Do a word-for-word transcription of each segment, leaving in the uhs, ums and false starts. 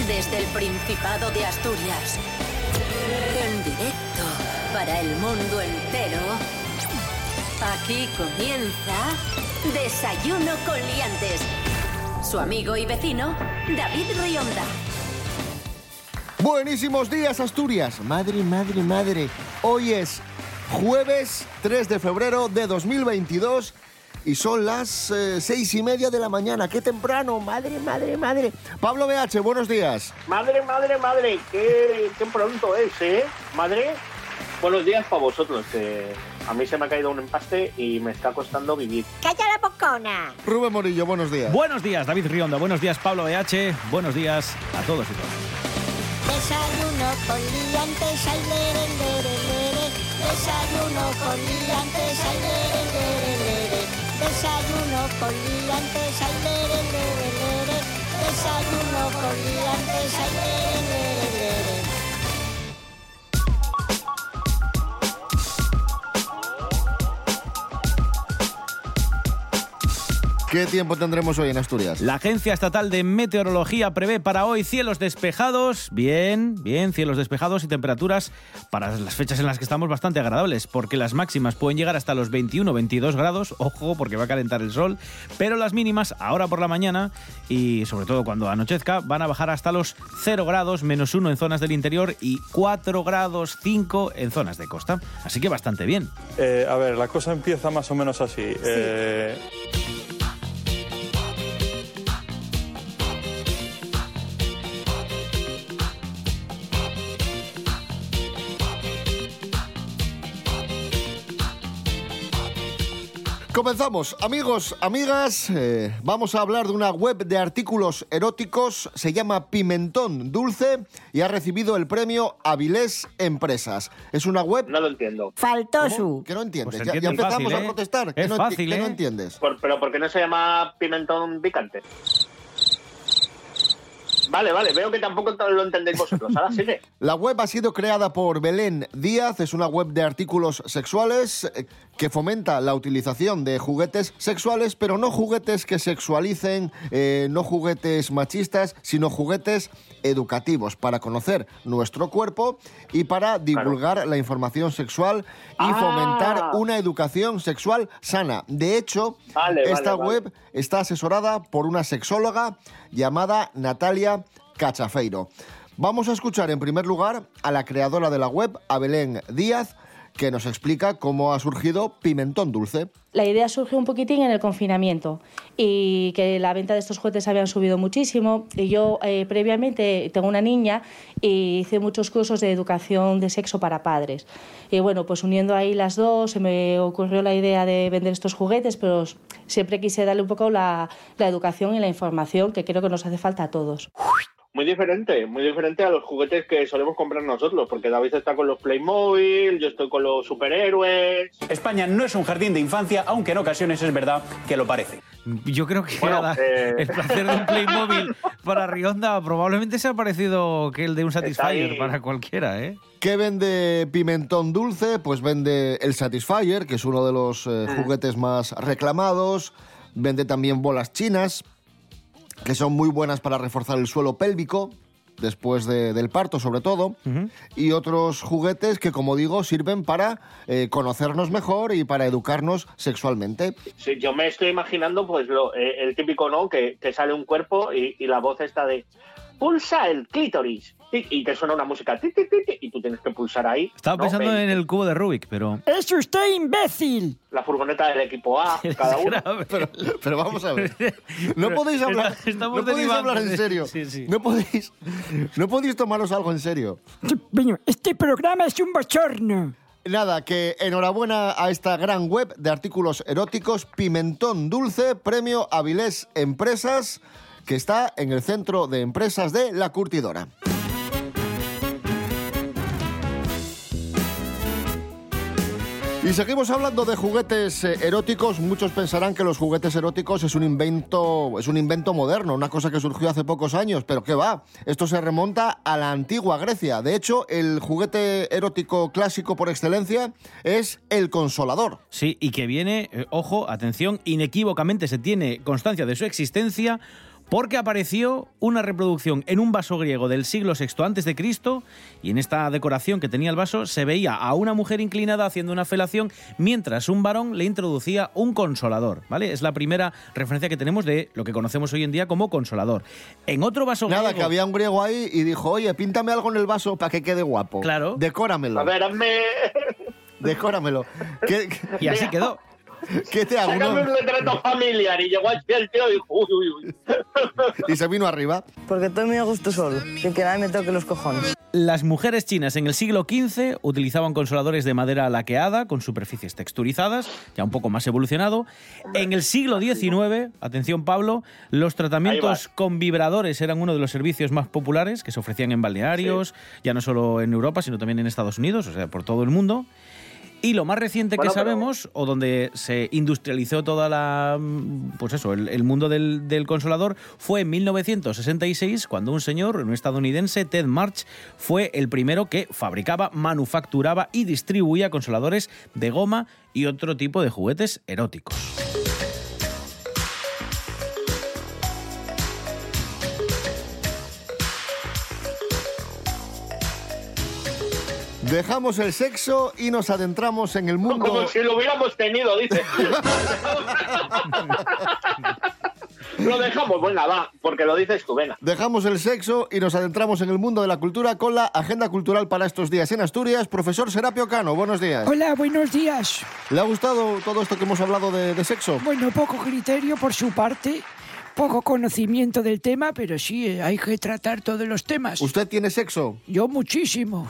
Desde el Principado de Asturias, en directo para el mundo entero, aquí comienza Desayuno con Liantes. Su amigo y vecino, David Rionda. Buenísimos días, Asturias. Madre, madre, madre. Hoy es jueves tres de febrero de dos mil veintidós y son las eh, seis y media de la mañana. ¡Qué temprano! Madre, madre, madre. Pablo B H, buenos días. Madre, madre, madre. Qué, qué pronto es, ¿eh? Madre, buenos días para vosotros. Que a mí se me ha caído un empaste y me está costando vivir. ¡Calla la bocona! Rubén Morillo, buenos días. Buenos días, David Rionda. Buenos días, Pablo B H. Buenos días a todos y todas. Desayuno con liantes, ay, lere, lere, lere. Desayuno con liantes, ay, lere, lere, lere. Desayuno con liantes, ay, lere, lere, lere. Desayuno con liantes, ay, lere, lere, lere. ¿Qué tiempo tendremos hoy en Asturias? La Agencia Estatal de Meteorología prevé para hoy cielos despejados, bien, bien, cielos despejados y temperaturas para las fechas en las que estamos bastante agradables, porque las máximas pueden llegar hasta los veintiuno veintidós grados, ojo, porque va a calentar el sol, pero las mínimas, ahora por la mañana y sobre todo cuando anochezca, van a bajar hasta los cero grados, menos uno en zonas del interior y cuatro grados cinco en zonas de costa. Así que bastante bien. Eh, a ver, la cosa empieza más o menos así. Sí. Eh... Comenzamos, amigos, amigas, eh, vamos a hablar de una web de artículos eróticos, se llama Pimentón Dulce y ha recibido el premio Avilés Empresas. Es una web... No lo entiendo. Faltó su... ¿Qué no entiendes? Pues ya, ya empezamos fácil, a ¿eh? protestar. ¿Qué Es no, fácil, ¿qué ¿eh? no entiendes? Por, ¿Pero por qué no se llama pimentón picante? Vale, vale, veo que tampoco lo entendéis vosotros. Ahora sigue. La web ha sido creada por Belén Díaz, es una web de artículos sexuales eh, que fomenta la utilización de juguetes sexuales, pero no juguetes que sexualicen, eh, no juguetes machistas, sino juguetes educativos para conocer nuestro cuerpo y para divulgar claro. la información sexual y ah. fomentar una educación sexual sana. De hecho, vale, esta vale, web vale. está asesorada por una sexóloga llamada Natalia Cachafeiro. Vamos a escuchar en primer lugar a la creadora de la web, a Belén Díaz, que nos explica cómo ha surgido Pimentón Dulce. La idea surgió un poquitín en el confinamiento y que la venta de estos juguetes habían subido muchísimo y yo eh, previamente tengo una niña y hice muchos cursos de educación de sexo para padres. Y bueno, pues uniendo ahí las dos se me ocurrió la idea de vender estos juguetes, pero siempre quise darle un poco la, la educación y la información que creo que nos hace falta a todos. Muy diferente, muy diferente a los juguetes que solemos comprar nosotros, porque David está con los Playmobil, yo estoy con los superhéroes... España no es un jardín de infancia, aunque en ocasiones es verdad que lo parece. Yo creo que bueno, nada, eh... el placer de un Playmobil para Rionda probablemente sea parecido que el de un Satisfyer para cualquiera, ¿eh? ¿Qué vende Pimentón Dulce? Pues vende el Satisfyer, que es uno de los eh, juguetes más reclamados. Vende también bolas chinas, que son muy buenas para reforzar el suelo pélvico, después de, del parto sobre todo, uh-huh. y otros juguetes que, como digo, sirven para eh, conocernos mejor y para educarnos sexualmente. Sí, yo me estoy imaginando pues lo, eh, el típico, ¿no?, que, que sale un cuerpo y, y la voz está de pulsa el clítoris, y te suena una música y tú tienes que pulsar ahí. Estaba ¿no? pensando Ven. en el cubo de Rubik, pero... ¡Es usted imbécil! La furgoneta del equipo A, cada uno. Pero, pero vamos a ver. No podéis hablar, no podéis hablar en serio. Sí, sí. No podéis, no podéis tomaros algo en serio. Bueno, este programa es un bochorno. Nada, que enhorabuena a esta gran web de artículos eróticos, Pimentón Dulce, premio Avilés Empresas, que está en el Centro de Empresas de La Curtidora. Y seguimos hablando de juguetes eh, eróticos. Muchos pensarán que los juguetes eróticos es un invento, es un invento moderno, una cosa que surgió hace pocos años, pero ¿qué va? Esto se remonta a la antigua Grecia. De hecho, el juguete erótico clásico por excelencia es el consolador. Sí, y que viene, eh, ojo, atención, inequívocamente se tiene constancia de su existencia porque apareció una reproducción en un vaso griego del siglo sexto antes de Cristo, y en esta decoración que tenía el vaso se veía a una mujer inclinada haciendo una felación mientras un varón le introducía un consolador, ¿vale? Es la primera referencia que tenemos de lo que conocemos hoy en día como consolador. En otro vaso Nada, griego... que había un griego ahí y dijo, oye, píntame algo en el vaso para que quede guapo. Claro. Decóramelo. A ver, hazme... Decóramelo. ¿Qué, qué, Y así quedó. ¿Qué te hago? Sácame un retrato familiar. Y llegó así el tío y dijo, uy, uy, uy. Y se vino arriba. Porque todo me gusto solo, que que nadie me toque los cojones. Las mujeres chinas en el siglo quince utilizaban consoladores de madera laqueada con superficies texturizadas, ya un poco más evolucionado. En el siglo diecinueve, atención Pablo, los tratamientos con vibradores eran uno de los servicios más populares que se ofrecían en balnearios, sí. ya no solo en Europa, sino también en Estados Unidos, o sea, por todo el mundo. Y lo más reciente bueno, que sabemos, pero... o donde se industrializó toda la, pues eso, el, el mundo del, del consolador, fue en mil novecientos sesenta y seis, cuando un señor, un estadounidense, Ted March, fue el primero que fabricaba, manufacturaba y distribuía consoladores de goma y otro tipo de juguetes eróticos. Dejamos el sexo y nos adentramos en el mundo... Como si lo hubiéramos tenido, dice. Lo dejamos, venga, va, porque lo dices tú, venga. Dejamos el sexo y nos adentramos en el mundo de la cultura con la agenda cultural para estos días en Asturias. Profesor Serapio Cano, buenos días. Hola, buenos días. ¿Le ha gustado todo esto que hemos hablado de, de sexo? Bueno, poco criterio por su parte, poco conocimiento del tema, pero sí, hay que tratar todos los temas. ¿Usted tiene sexo? Yo muchísimo.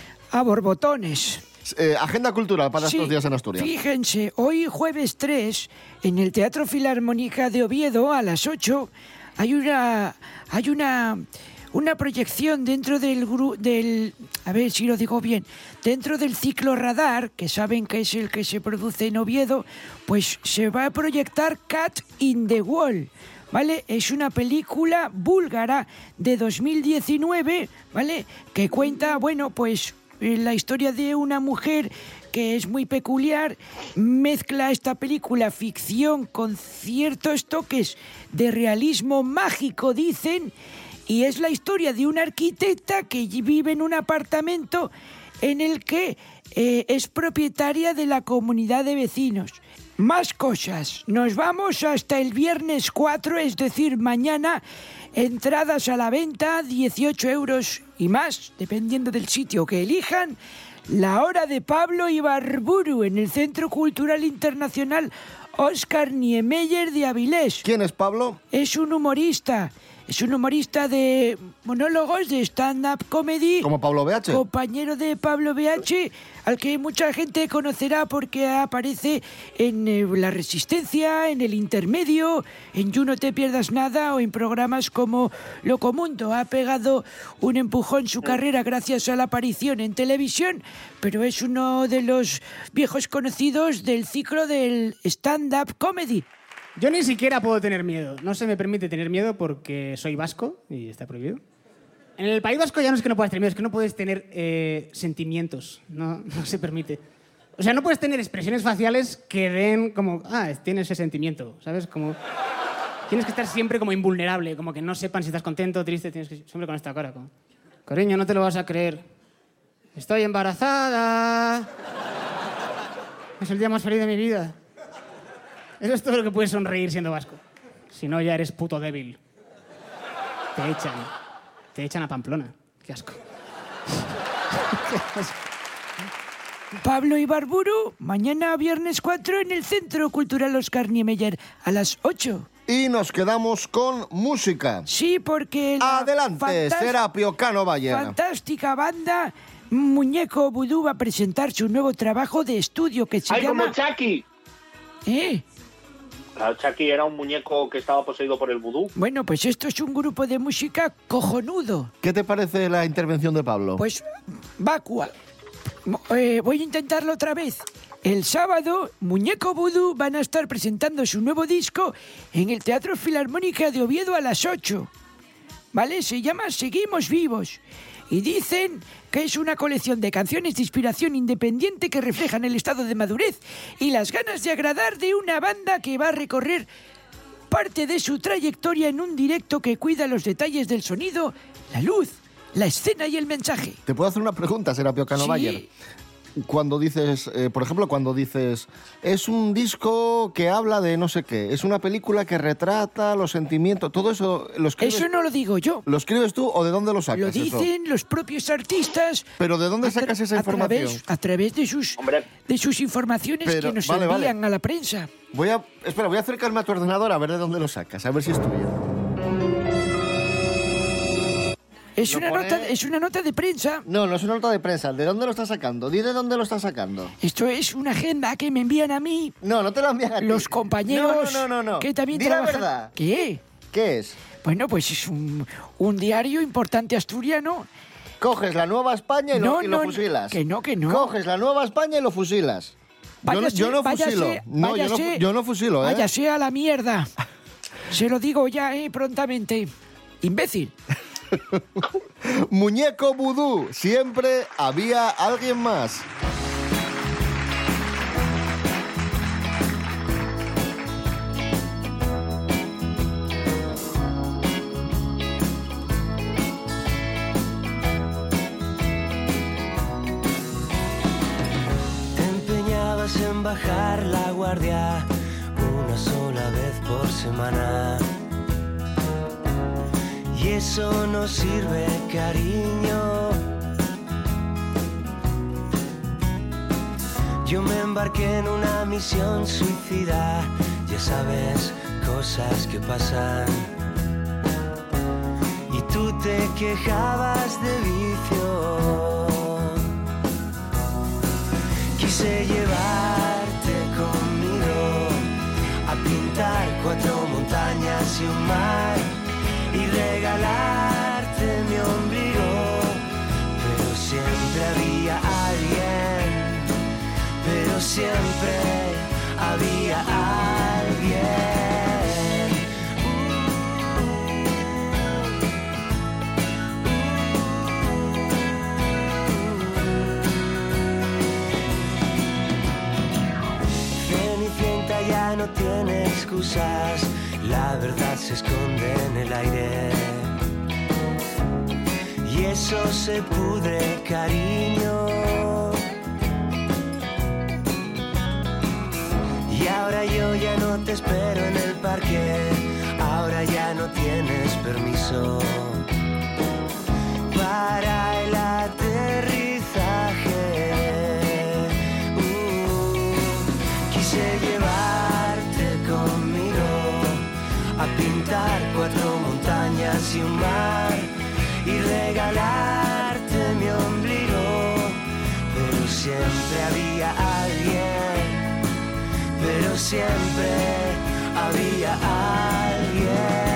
A borbotones. Eh, agenda cultural para sí, estos días en Asturias. Fíjense, hoy jueves tres, en el Teatro Filarmónica de Oviedo, a las ocho, hay una hay una, una proyección dentro del, del... A ver si lo digo bien. Dentro del ciclo Radar, que saben que es el que se produce en Oviedo, pues se va a proyectar Cat in the Wall. ¿Vale? Es una película búlgara de dos mil diecinueve, ¿vale? Que cuenta, bueno, pues la historia de una mujer que es muy peculiar, mezcla esta película ficción con ciertos toques de realismo mágico, dicen, y es la historia de una arquitecta que vive en un apartamento en el que eh, es propietaria de la comunidad de vecinos. Más cosas. Nos vamos hasta el viernes cuatro, es decir, mañana. Entradas a la venta, dieciocho euros y más, dependiendo del sitio que elijan. La hora de Pablo Ibarburu en el Centro Cultural Internacional Óscar Niemeyer de Avilés. ¿Quién es Pablo? Es un humorista. Es un humorista de monólogos, de stand-up comedy. ¿Como Pablo B H? Compañero de Pablo B H, al que mucha gente conocerá porque aparece en eh, La Resistencia, en El Intermedio, en You No Te Pierdas Nada o en programas como Locomundo. Ha pegado un empujón en su carrera gracias a la aparición en televisión, pero es uno de los viejos conocidos del ciclo del stand-up comedy. Yo ni siquiera puedo tener miedo. No se me permite tener miedo porque soy vasco y está prohibido. En el País Vasco ya no es que no puedas tener miedo, es que no puedes tener eh, sentimientos. No, no se permite. O sea, no puedes tener expresiones faciales que den como... Ah, tiene ese sentimiento, ¿sabes? Como... Tienes que estar siempre como invulnerable, como que no sepan si estás contento o triste. Tienes que siempre con esta cara. Como, cariño, no te lo vas a creer. Estoy embarazada. Es el día más feliz de mi vida. Eso es todo lo que puedes sonreír siendo vasco. Si no, ya eres puto débil. Te echan. Te echan a Pamplona. Qué asco. Qué asco. Pablo Ibarburu, mañana viernes cuatro en el Centro Cultural Óscar Niemeyer a las ocho. Y nos quedamos con música. Sí, porque... Adelante, Serapio Cano Valle. Fantástica banda Muñeco Vudú va a presentar su nuevo trabajo de estudio que se ¡Ay, llama... como Chucky! ¿Eh? Claro, Chucky era un muñeco que estaba poseído por el vudú. Bueno, pues esto es un grupo de música cojonudo. ¿Qué te parece la intervención de Pablo? Pues vacua. Eh, voy a intentarlo otra vez. El sábado, Muñeco Vudú van a estar presentando su nuevo disco en el Teatro Filarmónica de Oviedo a las ocho. ¿Vale? Se llama Seguimos Vivos. Y dicen que es una colección de canciones de inspiración independiente que reflejan el estado de madurez y las ganas de agradar de una banda que va a recorrer parte de su trayectoria en un directo que cuida los detalles del sonido, la luz, la escena y el mensaje. ¿Te puedo hacer una pregunta, Serapio Cano Bayer? Sí. Cuando dices, eh, por ejemplo, cuando dices, es un disco que habla de no sé qué, es una película que retrata los sentimientos, todo eso lo escribes... Eso no lo digo yo. ¿Lo escribes tú o de dónde lo sacas? Lo dicen eso? los propios artistas. ¿Pero de dónde sacas esa a información? Través, a través de sus, de sus informaciones Pero, que nos vale, envían vale. a la prensa. Voy a... Espera, voy a acercarme a tu ordenador a ver de dónde lo sacas, a ver si es tuyo. Es Lo una, pone- nota, es una nota de prensa. No, no es una nota de prensa. ¿De dónde lo estás sacando? Di de dónde lo estás sacando. Esto es una agenda que me envían a mí. No, no te la envían a ti. Los compañeros No, no, no, no, no. que también Di la trabajan. verdad. ¿Qué? ¿Qué es? Bueno, pues es un, un diario importante asturiano. Coges la Nueva España y, No, lo, y lo no, fusilas. que no, que no. Coges la Nueva España y lo fusilas. Váyase, yo no, yo no váyase, fusilo. No, yo no, váyase, fu- yo no fusilo, ¿eh? Váyase a la mierda. Se lo digo ya, eh, prontamente. Imbécil. Muñeco vudú. Siempre había alguien más. Te empeñabas en bajar la guardia una sola vez por semana. Y eso no sirve, cariño. Yo me embarqué en una misión suicida. Ya sabes, cosas que pasan. Y tú te quejabas de vicio. Quise llevarte conmigo a pintar cuatro montañas y un mar y regalarte mi ombligo, pero siempre había alguien, pero siempre había alguien. Cenicienta ya no tiene excusas, la verdad se esconde en el aire. Y eso se pudre, cariño. Y ahora yo ya no te espero en el parque, ahora ya no tienes permiso para el aterrizaje. Uh, quise llevarte conmigo a pintar cuatro montañas y un mar y regalarte mi ombligo, pero siempre había alguien, pero siempre había alguien.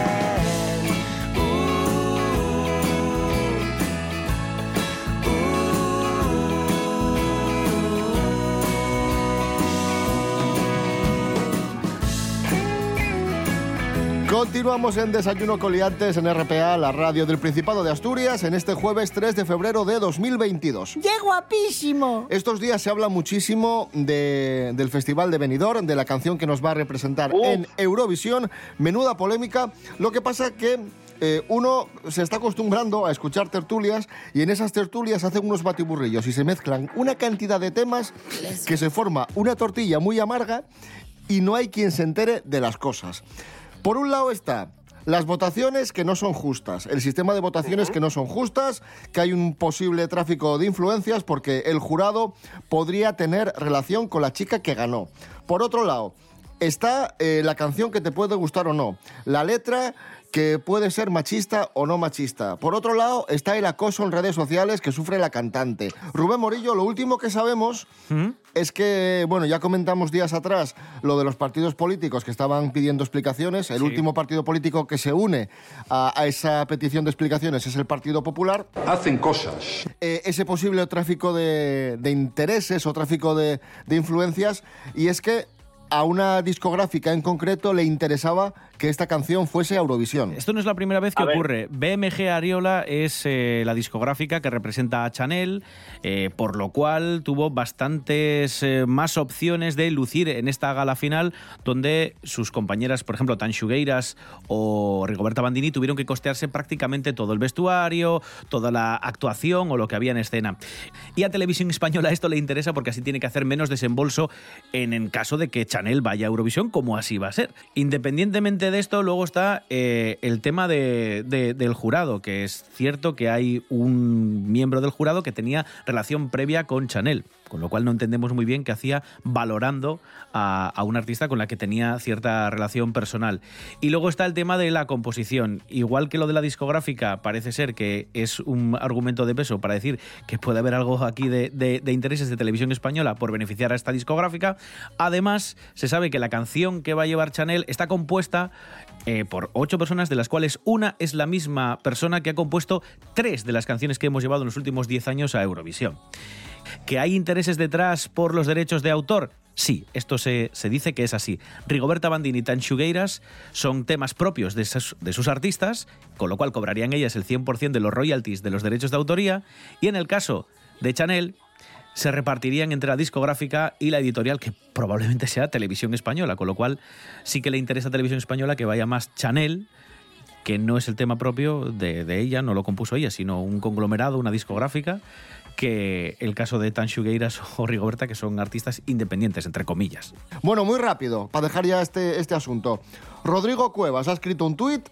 Continuamos en Desayuno con Liantes en R P A, la radio del Principado de Asturias, en este jueves tres de febrero de dos mil veintidós. ¡Qué guapísimo! Estos días se habla muchísimo de, del Festival de Benidorm, de la canción que nos va a representar Uf. en Eurovisión. Menuda polémica. Lo que pasa que eh, uno se está acostumbrando a escuchar tertulias y en esas tertulias hacen unos batiburrillos y se mezclan una cantidad de temas que se forma una tortilla muy amarga y no hay quien se entere de las cosas. Por un lado está las votaciones que no son justas, el sistema de votaciones que no son justas, que hay un posible tráfico de influencias porque el jurado podría tener relación con la chica que ganó. Por otro lado, está eh, la canción que te puede gustar o no, la letra que puede ser machista o no machista. Por otro lado, está el acoso en redes sociales que sufre la cantante. Rubén Morillo, lo último que sabemos ¿Mm? es que, bueno, ya comentamos días atrás lo de los partidos políticos que estaban pidiendo explicaciones. El sí. último partido político que se une a, a esa petición de explicaciones es el Partido Popular. Hacen cosas. Eh, ese posible tráfico de, de intereses o tráfico de, de influencias, y es que a una discográfica en concreto le interesaba que que esta canción fuese a Eurovisión. Esto no es la primera vez que ocurre. B M G Ariola es eh, la discográfica que representa a Chanel, eh, por lo cual tuvo bastantes eh, más opciones de lucir en esta gala final, donde sus compañeras, por ejemplo, Tan Xugueiras o Rigoberta Bandini, tuvieron que costearse prácticamente todo el vestuario, toda la actuación o lo que había en escena. Y a Televisión Española esto le interesa porque así tiene que hacer menos desembolso en, en caso de que Chanel vaya a Eurovisión, como así va a ser. Independientemente de esto, luego está eh, el tema de, de, del jurado, que es cierto que hay un miembro del jurado que tenía relación previa con Chanel, con lo cual no entendemos muy bien qué hacía valorando a, a una artista con la que tenía cierta relación personal. Y luego está el tema de la composición. Igual que lo de la discográfica, parece ser que es un argumento de peso para decir que puede haber algo aquí de, de, de intereses de Televisión Española por beneficiar a esta discográfica. Además, se sabe que la canción que va a llevar Chanel está compuesta eh, por ocho personas, de las cuales una es la misma persona que ha compuesto tres de las canciones que hemos llevado en los últimos diez años a Eurovisión. ¿Que hay intereses detrás por los derechos de autor? Sí, esto se, se dice que es así. Rigoberta Bandini y Tan Xugueiras son temas propios de sus, de sus artistas, con lo cual cobrarían ellas el cien por ciento de los royalties de los derechos de autoría, y en el caso de Chanel se repartirían entre la discográfica y la editorial, que probablemente sea Televisión Española, con lo cual sí que le interesa a Televisión Española que vaya más Chanel, que no es el tema propio de, de ella, no lo compuso ella, sino un conglomerado, una discográfica, que el caso de Tan Xugueiras o Rigoberta, que son artistas independientes, entre comillas. Bueno, muy rápido, para dejar ya este, este asunto. Rodrigo Cuevas ha escrito un tuit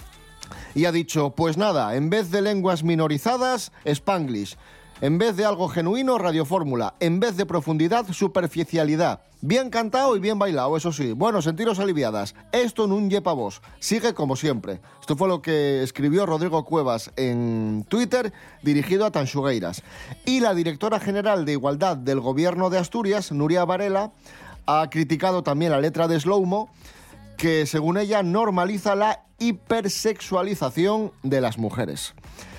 y ha dicho, pues nada, en vez de lenguas minorizadas, Spanglish. En vez de algo genuino, radiofórmula. En vez de profundidad, superficialidad. Bien cantado y bien bailado, eso sí. Bueno, sentiros aliviadas. Esto en un yepa vos. Sigue como siempre. Esto fue lo que escribió Rodrigo Cuevas en Twitter, dirigido a Tan Xugueiras. Y la directora general de Igualdad del Gobierno de Asturias, Nuria Varela, ha criticado también la letra de Slow-Mo, que según ella normaliza la hipersexualización de las mujeres.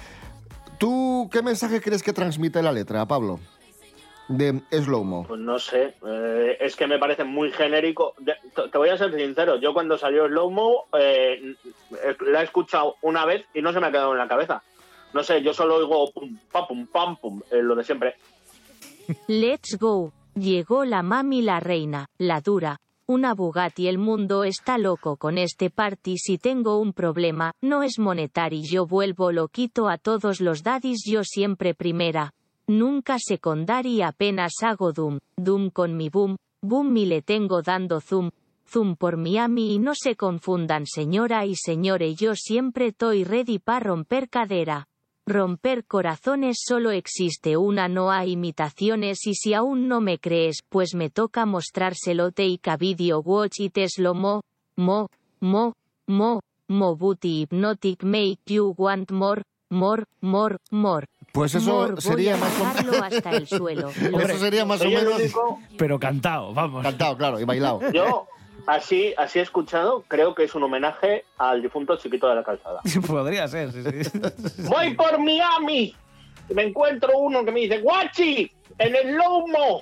¿Tú qué mensaje crees que transmite la letra, Pablo, de Slow-Mo? Pues no sé, eh, es que me parece muy genérico. De, te voy a ser sincero, yo cuando salió Slow-Mo eh, la he escuchado una vez y no se me ha quedado en la cabeza. No sé, yo solo oigo pum, pam, pum, pam, pum, eh, lo de siempre. Let's go, llegó la mami la reina, la dura. Una Bugatti, el mundo está loco con este party. Si tengo un problema, no es monetario, yo vuelvo loquito a todos los daddies, yo siempre primera. Nunca secondary, apenas hago doom, doom con mi boom, boom y le tengo dando zoom, zoom por Miami y no se confundan señora y señores, yo siempre estoy ready para romper cadera. Romper corazones solo existe una, no hay imitaciones y si aún no me crees, pues me toca mostrárselo. Take a video, watch it slow mo, mo, mo, mo, mo booty hypnotic make you want more, more, more, more. Pues eso more, sería más o menos hasta el suelo. Eso sería más o menos. Pero cantado, vamos. Cantado, claro, y bailado. Yo, así, así he escuchado, creo que es un homenaje al difunto Chiquito de la Calzada. Podría ser, sí, sí. Voy por Miami y me encuentro uno que me dice, ¡Guachi! ¡En el Slow-Mo!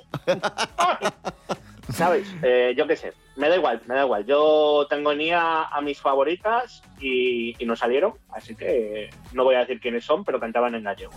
¿Sabes? Eh, yo qué sé, me da igual, me da igual. Yo tengo en I A a mis favoritas y, y no salieron, así que no voy a decir quiénes son, pero cantaban en gallego.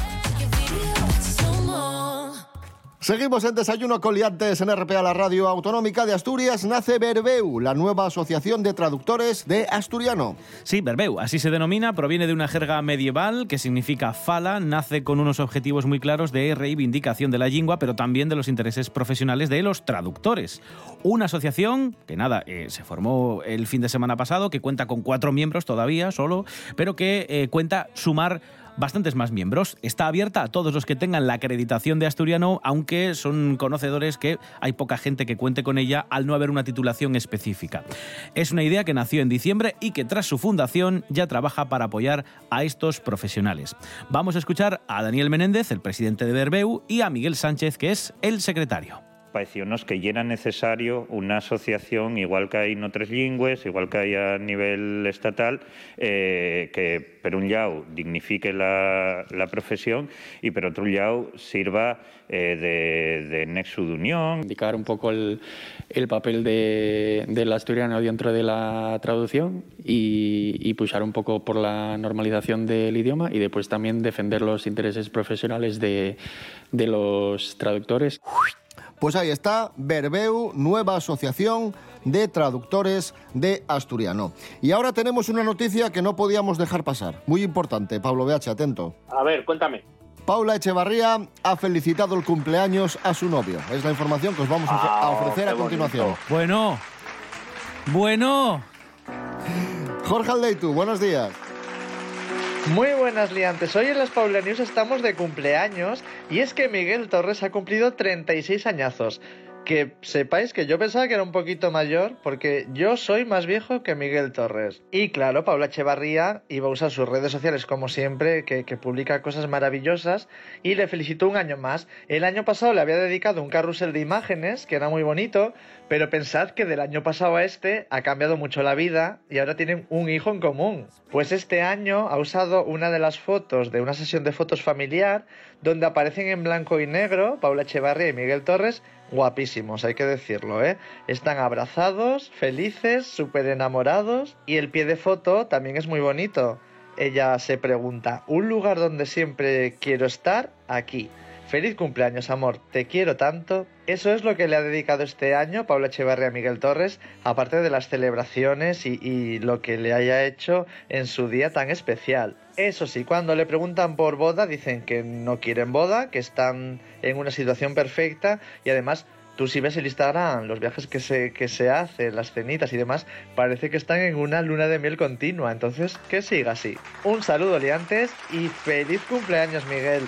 Seguimos en Desayuno con Liantes en R P A, la radio autonómica de Asturias. Nace Verbeu, la nueva asociación de traductores de asturiano. Sí, Verbeu, así se denomina, proviene de una jerga medieval que significa fala, nace con unos objetivos muy claros de reivindicación de la lengua, pero también de los intereses profesionales de los traductores. Una asociación que, nada, eh, se formó el fin de semana pasado, que cuenta con cuatro miembros todavía solo, pero que eh, cuenta sumar bastantes más miembros. Está abierta a todos los que tengan la acreditación de asturiano, aunque son conocedores que hay poca gente que cuente con ella al no haber una titulación específica. Es una idea que nació en diciembre y que tras su fundación ya trabaja para apoyar a estos profesionales. Vamos a escuchar a Daniel Menéndez, el presidente de Verbeu, y a Miguel Sánchez, que es el secretario. pareciónos que ya era necesario una asociación, igual que hay en otras lingües, igual que hay a nivel estatal, eh, que por un lado dignifique la, la profesión y por otro lado sirva eh, de, de nexo de unión. Indicar un poco el, el papel de, del asturiano dentro de la traducción y, y pushar un poco por la normalización del idioma y después también defender los intereses profesionales de, de los traductores. Pues ahí está, Verbeu, nueva asociación de traductores de asturiano. Y ahora tenemos una noticia que no podíamos dejar pasar. Muy importante, Pablo B H, atento. A ver, cuéntame. Paula Echevarría ha felicitado el cumpleaños a su novio. Es la información que os vamos a ofrecer a continuación. Bueno, bueno. Jorge Aldeitu, buenos días. Muy buenas, liantes. Hoy en las Paula News estamos de cumpleaños y es que Miguel Torres ha cumplido treinta y seis añazos. Que sepáis que yo pensaba que era un poquito mayor porque yo soy más viejo que Miguel Torres. Y claro, Paula Echevarría iba a usar sus redes sociales como siempre, que, que publica cosas maravillosas, y le felicitó un año más. El año pasado le había dedicado un carrusel de imágenes, que era muy bonito, pero pensad que del año pasado a este ha cambiado mucho la vida y ahora tienen un hijo en común. Pues este año ha usado una de las fotos de una sesión de fotos familiar donde aparecen en blanco y negro Paula Echevarría y Miguel Torres, guapísimos, hay que decirlo, ¿eh? Están abrazados, felices, súper enamorados y el pie de foto también es muy bonito. Ella se pregunta, ¿un lugar donde siempre quiero estar? Aquí. Feliz cumpleaños, amor, te quiero tanto. Eso es lo que le ha dedicado este año Paula Echevarría a Miguel Torres, aparte de las celebraciones y, y lo que le haya hecho en su día tan especial. Eso sí, cuando le preguntan por boda, dicen que no quieren boda, que están en una situación perfecta y además tú si ves el Instagram, los viajes que se, que se hacen, las cenitas y demás, parece que están en una luna de miel continua, entonces que siga así. Un saludo, liantes, y feliz cumpleaños, Miguel.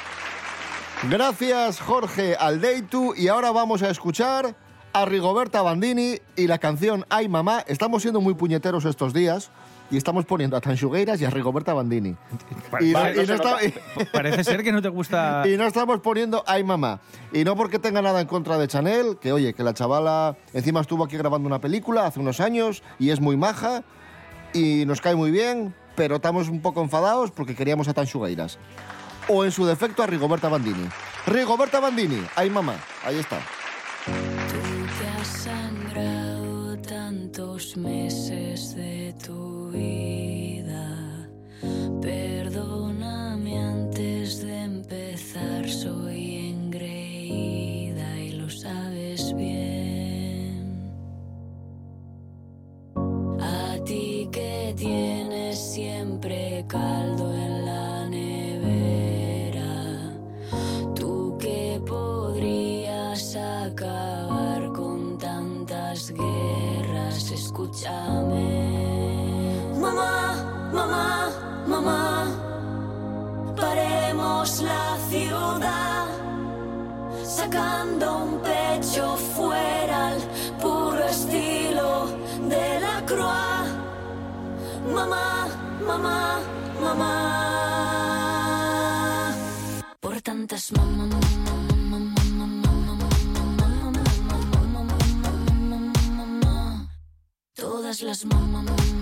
Gracias, Jorge Aldeitu. Y ahora vamos a escuchar a Rigoberta Bandini y la canción Ay Mamá. Estamos siendo muy puñeteros estos días y estamos poniendo a Tanxugueiras y a Rigoberta Bandini. Y, vale, y no está... Parece ser que no te gusta... Y no estamos poniendo Ay Mamá. Y no porque tenga nada en contra de Chanel, que oye, que la chavala encima estuvo aquí grabando una película hace unos años y es muy maja y nos cae muy bien, pero estamos un poco enfadados porque queríamos a Tanxugueiras. O en su defecto a Rigoberta Bandini. Rigoberta Bandini, Ay Mamá, ahí está. Tú que has sangrado tantos meses de tu vida, perdóname antes de empezar, soy engreída y lo sabes bien. A ti que tienes siempre caldo en la nevera, tú que podrías acabar con tantas guerras, escúchame. Mamá, mamá, mamá, paremos la ciudad, sacando un pecho fuera al puro estilo de la Croix. Mamá, mamá, mamá, por tantas mamá, todas las mamá,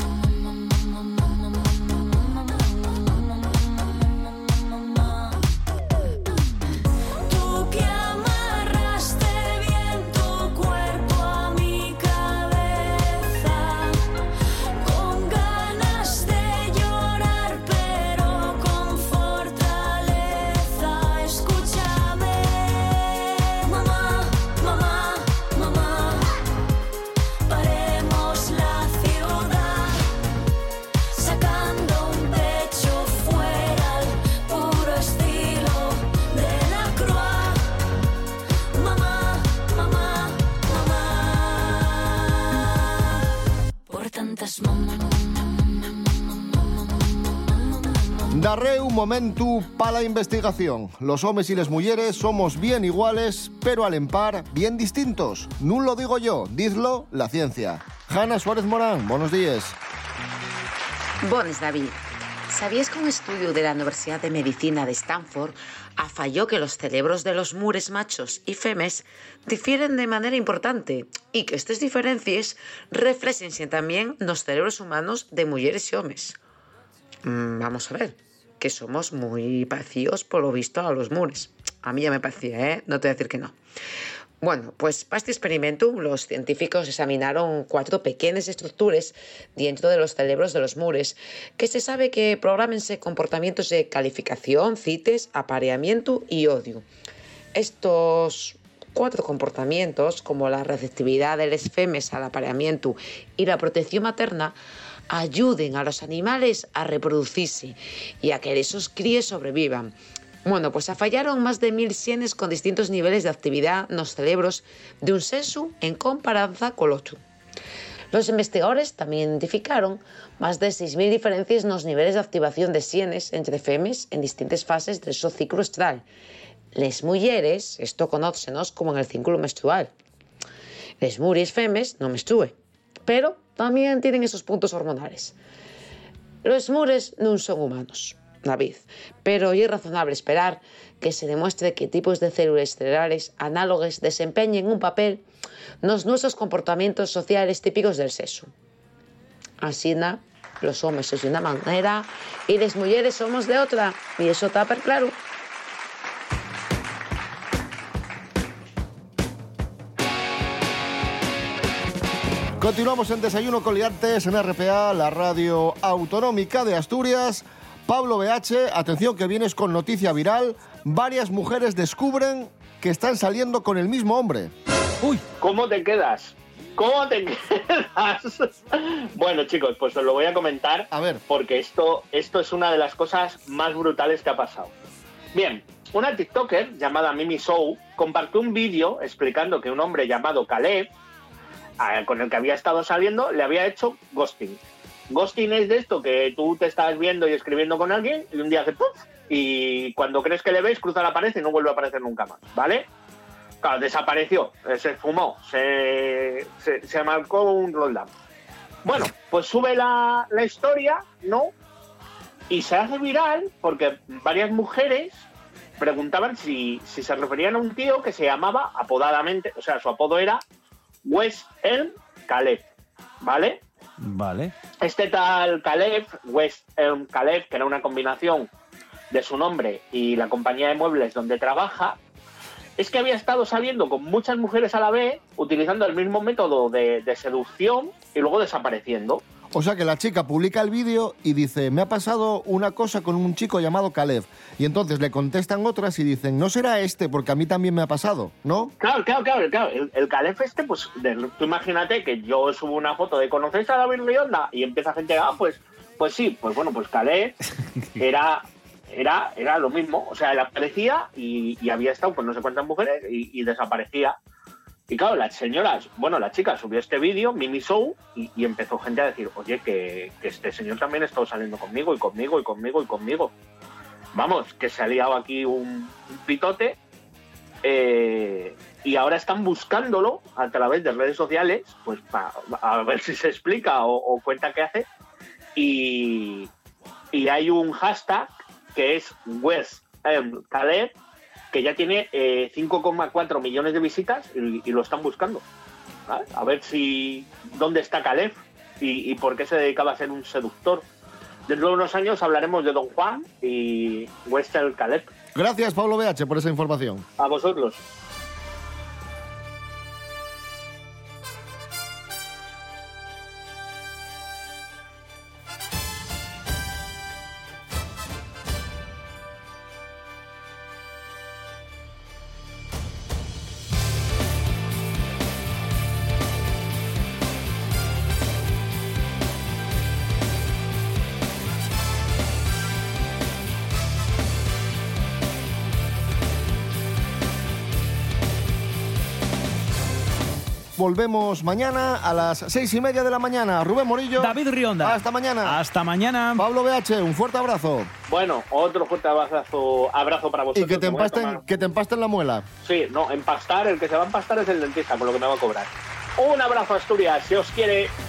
tú que amarraste bien tu cuerpo a mi cabeza, con ganas de llorar pero con fortaleza, escúchame. Mamá, mamá, mamá, paremos la ciudad, sacando un pecho fuera al puro estilo de la Croix. Mamá, mamá, mamá, por tantas mamá. Daré un momento para la investigación. Los hombres y las mujeres somos bien iguales, pero al empar, bien distintos. No lo digo yo, dizlo la ciencia. Hanna Suárez Morán, buenos días. Bones, David. ¿Sabías que un estudio de la Universidad de Medicina de Stanford afalló que los cerebros de los mures machos y femes difieren de manera importante y que estas diferencias reflexen también los cerebros humanos de mujeres y hombres? Mm, vamos a ver, que somos muy parecidos por lo visto a los mures. A mí ya me parecía, ¿eh? No te voy a decir que no. Bueno, pues para este experimento los científicos examinaron cuatro pequeñas estructuras dentro de los cerebros de los mures que se sabe que programense comportamientos de calificación, cites, apareamiento y odio. Estos cuatro comportamientos, como la receptividad de los femes al apareamiento y la protección materna, ayuden a los animales a reproducirse y a que esos críes sobrevivan. Bueno, pues fallaron más de mil sienes con distintos niveles de actividad en los cerebros de un sexo en comparanza con el otro. Los investigadores también identificaron más de seis mil diferencias en los niveles de activación de sienes entre femes en distintas fases de su ciclo estral. Les mujeres, esto conócenos como en el ciclo menstrual. Les mujeres femes no menstruen, pero también tienen esos puntos hormonales. Los mures no son humanos, David, pero es razonable esperar que se demuestre que tipos de células cerebrales análogas desempeñen un papel en los nuestros comportamientos sociales típicos del sexo. Así, na, los hombres son de una manera y las mujeres somos de otra, y eso está per claro. Continuamos en Desayuno con Liantes en R P A, la radio autonómica de Asturias. Pablo B H, atención que vienes con noticia viral. Varias mujeres descubren que están saliendo con el mismo hombre. Uy. ¿Cómo te quedas? ¿Cómo te quedas? Bueno, chicos, pues os lo voy a comentar. A ver. Porque esto, esto es una de las cosas más brutales que ha pasado. Bien, una TikToker llamada Mimi Show compartió un vídeo explicando que un hombre llamado Caleb, con el que había estado saliendo, le había hecho ghosting. Ghosting es de esto que tú te estás viendo y escribiendo con alguien y un día hace ¡puf! Y cuando crees que le ves cruza la pared y no vuelve a aparecer nunca más, ¿vale? Claro, desapareció, se fumó, se, se, se marcó un rolldown. Bueno, pues sube la, la historia, ¿no? Y se hace viral porque varias mujeres preguntaban si, si se referían a un tío que se llamaba apodadamente, o sea, su apodo era West Elm Caleb, ¿vale? Vale. Este tal Caleb, West Elm Caleb, que era una combinación de su nombre y la compañía de muebles donde trabaja, es que había estado saliendo con muchas mujeres a la vez, utilizando el mismo método de, de seducción y luego desapareciendo. O sea que la chica publica el vídeo y dice, me ha pasado una cosa con un chico llamado Caleb. Y entonces le contestan otras y dicen, no será este porque a mí también me ha pasado, ¿no? Claro, claro, claro. claro. El, el Caleb este, pues de, tú imagínate que yo subo una foto de ¿conocéis a David Rionda? Y empieza gente, ah, pues, pues sí, pues bueno, pues Caleb era... Era, era lo mismo, o sea, él aparecía y, y había estado con no sé cuántas mujeres y, y desaparecía. Y claro, las señoras, bueno, la chica subió este vídeo, Mimi Show, y, y empezó gente a decir, oye, que, que este señor también ha estado saliendo conmigo y conmigo y conmigo y conmigo. Vamos, que se ha liado aquí un, un pitote eh, y ahora están buscándolo a través de redes sociales, pues para a ver si se explica o, o cuenta qué hace. Y, y hay un hashtag que es West Elm Caleb, que ya tiene eh, cinco coma cuatro millones de visitas y, y lo están buscando, ¿vale? A ver si dónde está Caleb y, y por qué se dedicaba a ser un seductor. Dentro de unos años hablaremos de Don Juan y West Elm Caleb. Gracias, Pablo B H, por esa información. A vosotros. Volvemos mañana a las seis y media de la mañana. Rubén Morillo. David Rionda. Hasta mañana. Hasta mañana. Pablo B H, un fuerte abrazo. Bueno, otro fuerte abrazo, abrazo para vosotros. Y que te, empasten, que te empasten la muela. Sí, no, empastar, el que se va a empastar es el dentista, con lo que me va a cobrar. Un abrazo, Asturias, si os quiere.